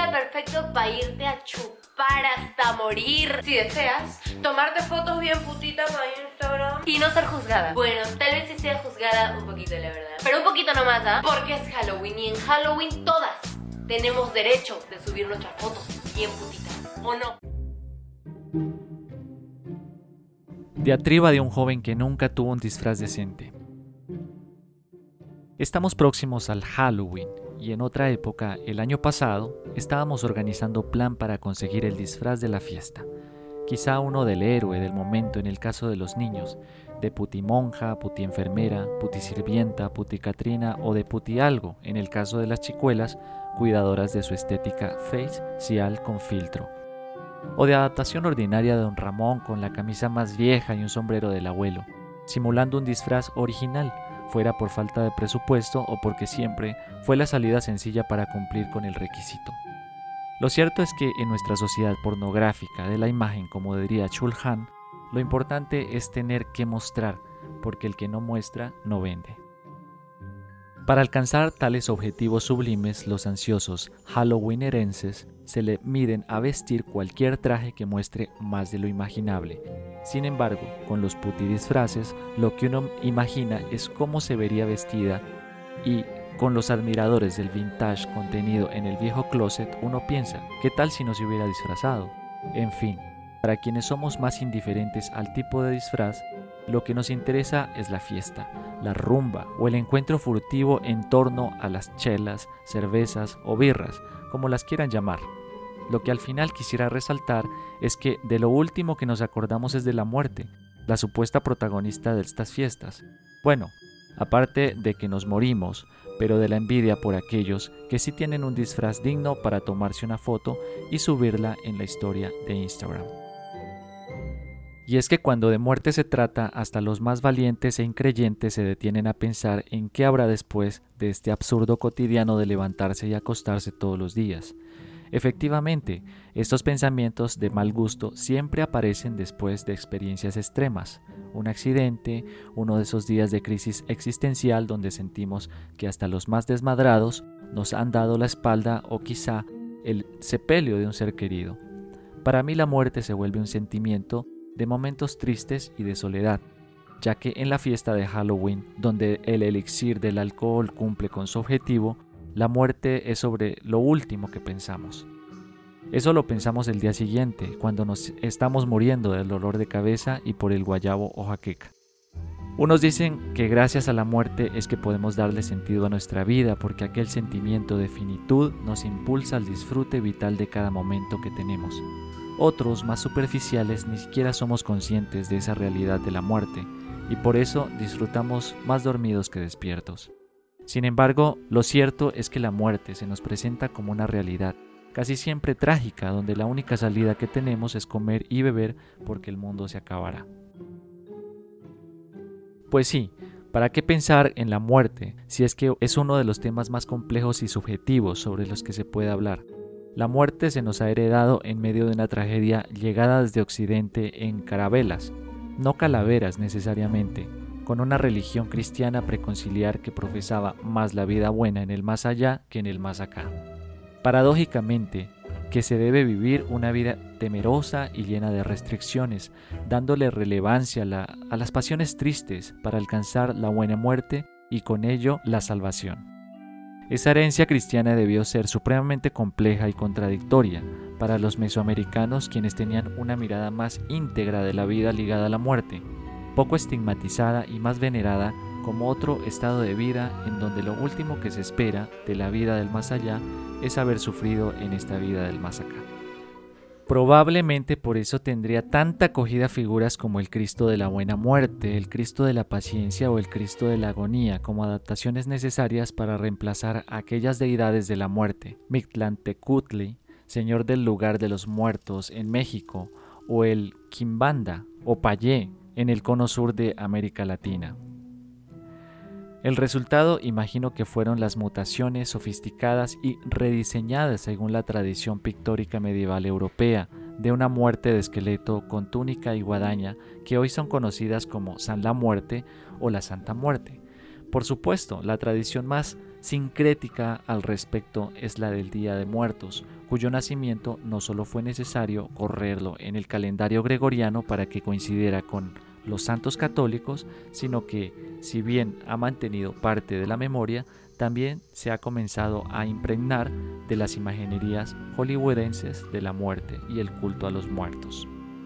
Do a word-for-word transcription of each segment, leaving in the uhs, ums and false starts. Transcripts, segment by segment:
día perfecto para irte a chupar hasta morir. Si deseas, tomarte fotos bien putitas para Instagram y no ser juzgada. Bueno, tal vez sí sea juzgada un poquito, la verdad. Pero un poquito nomás, ¿ah? ¿eh? Porque es Halloween y en Halloween todas tenemos derecho de subir nuestras fotos bien putitas, ¿o no? Diatriba de un joven que nunca tuvo un disfraz decente. Estamos próximos al Halloween y en otra época, el año pasado, estábamos organizando plan para conseguir el disfraz de la fiesta. Quizá uno del héroe del momento en el caso de los niños, de putimonja, putienfermera, putisirvienta, puticatrina o de putialgo en el caso de las chicuelas, cuidadoras de su estética face cial con filtro. O de adaptación ordinaria de Don Ramón con la camisa más vieja y un sombrero del abuelo, simulando un disfraz original, fuera por falta de presupuesto o porque siempre fue la salida sencilla para cumplir con el requisito. Lo cierto es que en nuestra sociedad pornográfica de la imagen, como diría Chulhan, lo importante es tener que mostrar, porque el que no muestra no vende. Para alcanzar tales objetivos sublimes, los ansiosos halloweenerenses se le miden a vestir cualquier traje que muestre más de lo imaginable. Sin embargo, con los putidisfraces, lo que uno imagina es cómo se vería vestida y con los admiradores del vintage contenido en el viejo closet, uno piensa, ¿qué tal si no se hubiera disfrazado? En fin, para quienes somos más indiferentes al tipo de disfraz, lo que nos interesa es la fiesta, la rumba o el encuentro furtivo en torno a las chelas, cervezas o birras, como las quieran llamar. Lo que al final quisiera resaltar es que de lo último que nos acordamos es de la muerte, la supuesta protagonista de estas fiestas. Bueno, aparte de que nos morimos, pero de la envidia por aquellos que sí tienen un disfraz digno para tomarse una foto y subirla en la historia de Instagram. Y es que cuando de muerte se trata, hasta los más valientes e increyentes se detienen a pensar en qué habrá después de este absurdo cotidiano de levantarse y acostarse todos los días. Efectivamente, estos pensamientos de mal gusto siempre aparecen después de experiencias extremas, un accidente, uno de esos días de crisis existencial donde sentimos que hasta los más desmadrados nos han dado la espalda o quizá el sepelio de un ser querido. Para mí la muerte se vuelve un sentimiento de momentos tristes y de soledad, ya que en la fiesta de Halloween, donde el elixir del alcohol cumple con su objetivo, la muerte es sobre lo último que pensamos. Eso lo pensamos el día siguiente, cuando nos estamos muriendo del dolor de cabeza y por el guayabo o jaqueca. Unos dicen que gracias a la muerte es que podemos darle sentido a nuestra vida, porque aquel sentimiento de finitud nos impulsa al disfrute vital de cada momento que tenemos. Otros, más superficiales, ni siquiera somos conscientes de esa realidad de la muerte, y por eso disfrutamos más dormidos que despiertos. Sin embargo, lo cierto es que la muerte se nos presenta como una realidad, casi siempre trágica, donde la única salida que tenemos es comer y beber porque el mundo se acabará. Pues sí, ¿para qué pensar en la muerte si es que es uno de los temas más complejos y subjetivos sobre los que se puede hablar? La muerte se nos ha heredado en medio de una tragedia llegada desde Occidente en carabelas, no calaveras necesariamente, con una religión cristiana preconciliar que profesaba más la vida buena en el más allá que en el más acá. Paradójicamente, que se debe vivir una vida temerosa y llena de restricciones, dándole relevancia a, la, a las pasiones tristes para alcanzar la buena muerte y con ello la salvación. Esa herencia cristiana debió ser supremamente compleja y contradictoria para los mesoamericanos, quienes tenían una mirada más íntegra de la vida ligada a la muerte, poco estigmatizada y más venerada como otro estado de vida en donde lo último que se espera de la vida del más allá es haber sufrido en esta vida del más acá. Probablemente por eso tendría tanta acogida figuras como el Cristo de la Buena Muerte, el Cristo de la Paciencia o el Cristo de la Agonía como adaptaciones necesarias para reemplazar a aquellas deidades de la muerte, Mictlantecutli, Señor del Lugar de los Muertos en México, o el Quimbanda o Payé en el cono sur de América Latina. El resultado imagino que fueron las mutaciones sofisticadas y rediseñadas según la tradición pictórica medieval europea de una muerte de esqueleto con túnica y guadaña que hoy son conocidas como San la Muerte o la Santa Muerte. Por supuesto, la tradición más sincrética al respecto es la del Día de Muertos, cuyo nacimiento no solo fue necesario correrlo en el calendario gregoriano para que coincidiera con los santos católicos, sino que, si bien ha mantenido parte de la memoria, también se ha comenzado a impregnar de las imaginerías hollywoodenses de la muerte y el culto a los muertos.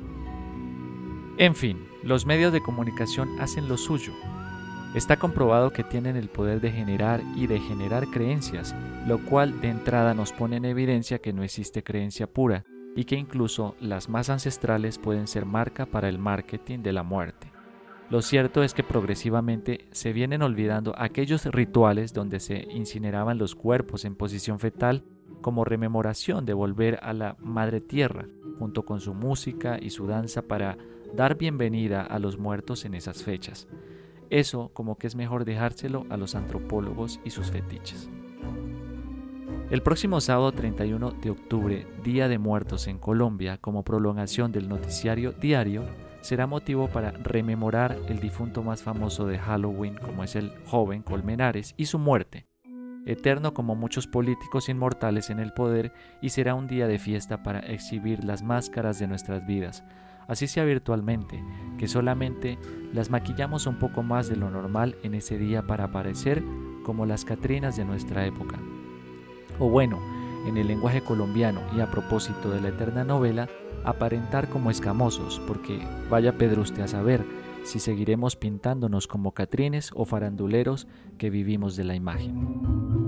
En fin, los medios de comunicación hacen lo suyo. Está comprobado que tienen el poder de generar y de generar creencias, lo cual de entrada nos pone en evidencia que no existe creencia pura y que incluso las más ancestrales pueden ser marca para el marketing de la muerte. Lo cierto es que progresivamente se vienen olvidando aquellos rituales donde se incineraban los cuerpos en posición fetal como rememoración de volver a la madre tierra, junto con su música y su danza para dar bienvenida a los muertos en esas fechas. Eso como que es mejor dejárselo a los antropólogos y sus fetiches. El próximo sábado treinta y uno de octubre, Día de Muertos en Colombia, como prolongación del noticiario diario, será motivo para rememorar el difunto más famoso de Halloween, como es el joven Colmenares, y su muerte, eterno como muchos políticos inmortales en el poder, y será un día de fiesta para exhibir las máscaras de nuestras vidas, así sea virtualmente, que solamente las maquillamos un poco más de lo normal en ese día para parecer como las Catrinas de nuestra época. O bueno, en el lenguaje colombiano y a propósito de la eterna novela, aparentar como escamosos, porque vaya Pedro usted a saber si seguiremos pintándonos como catrines o faranduleros que vivimos de la imagen.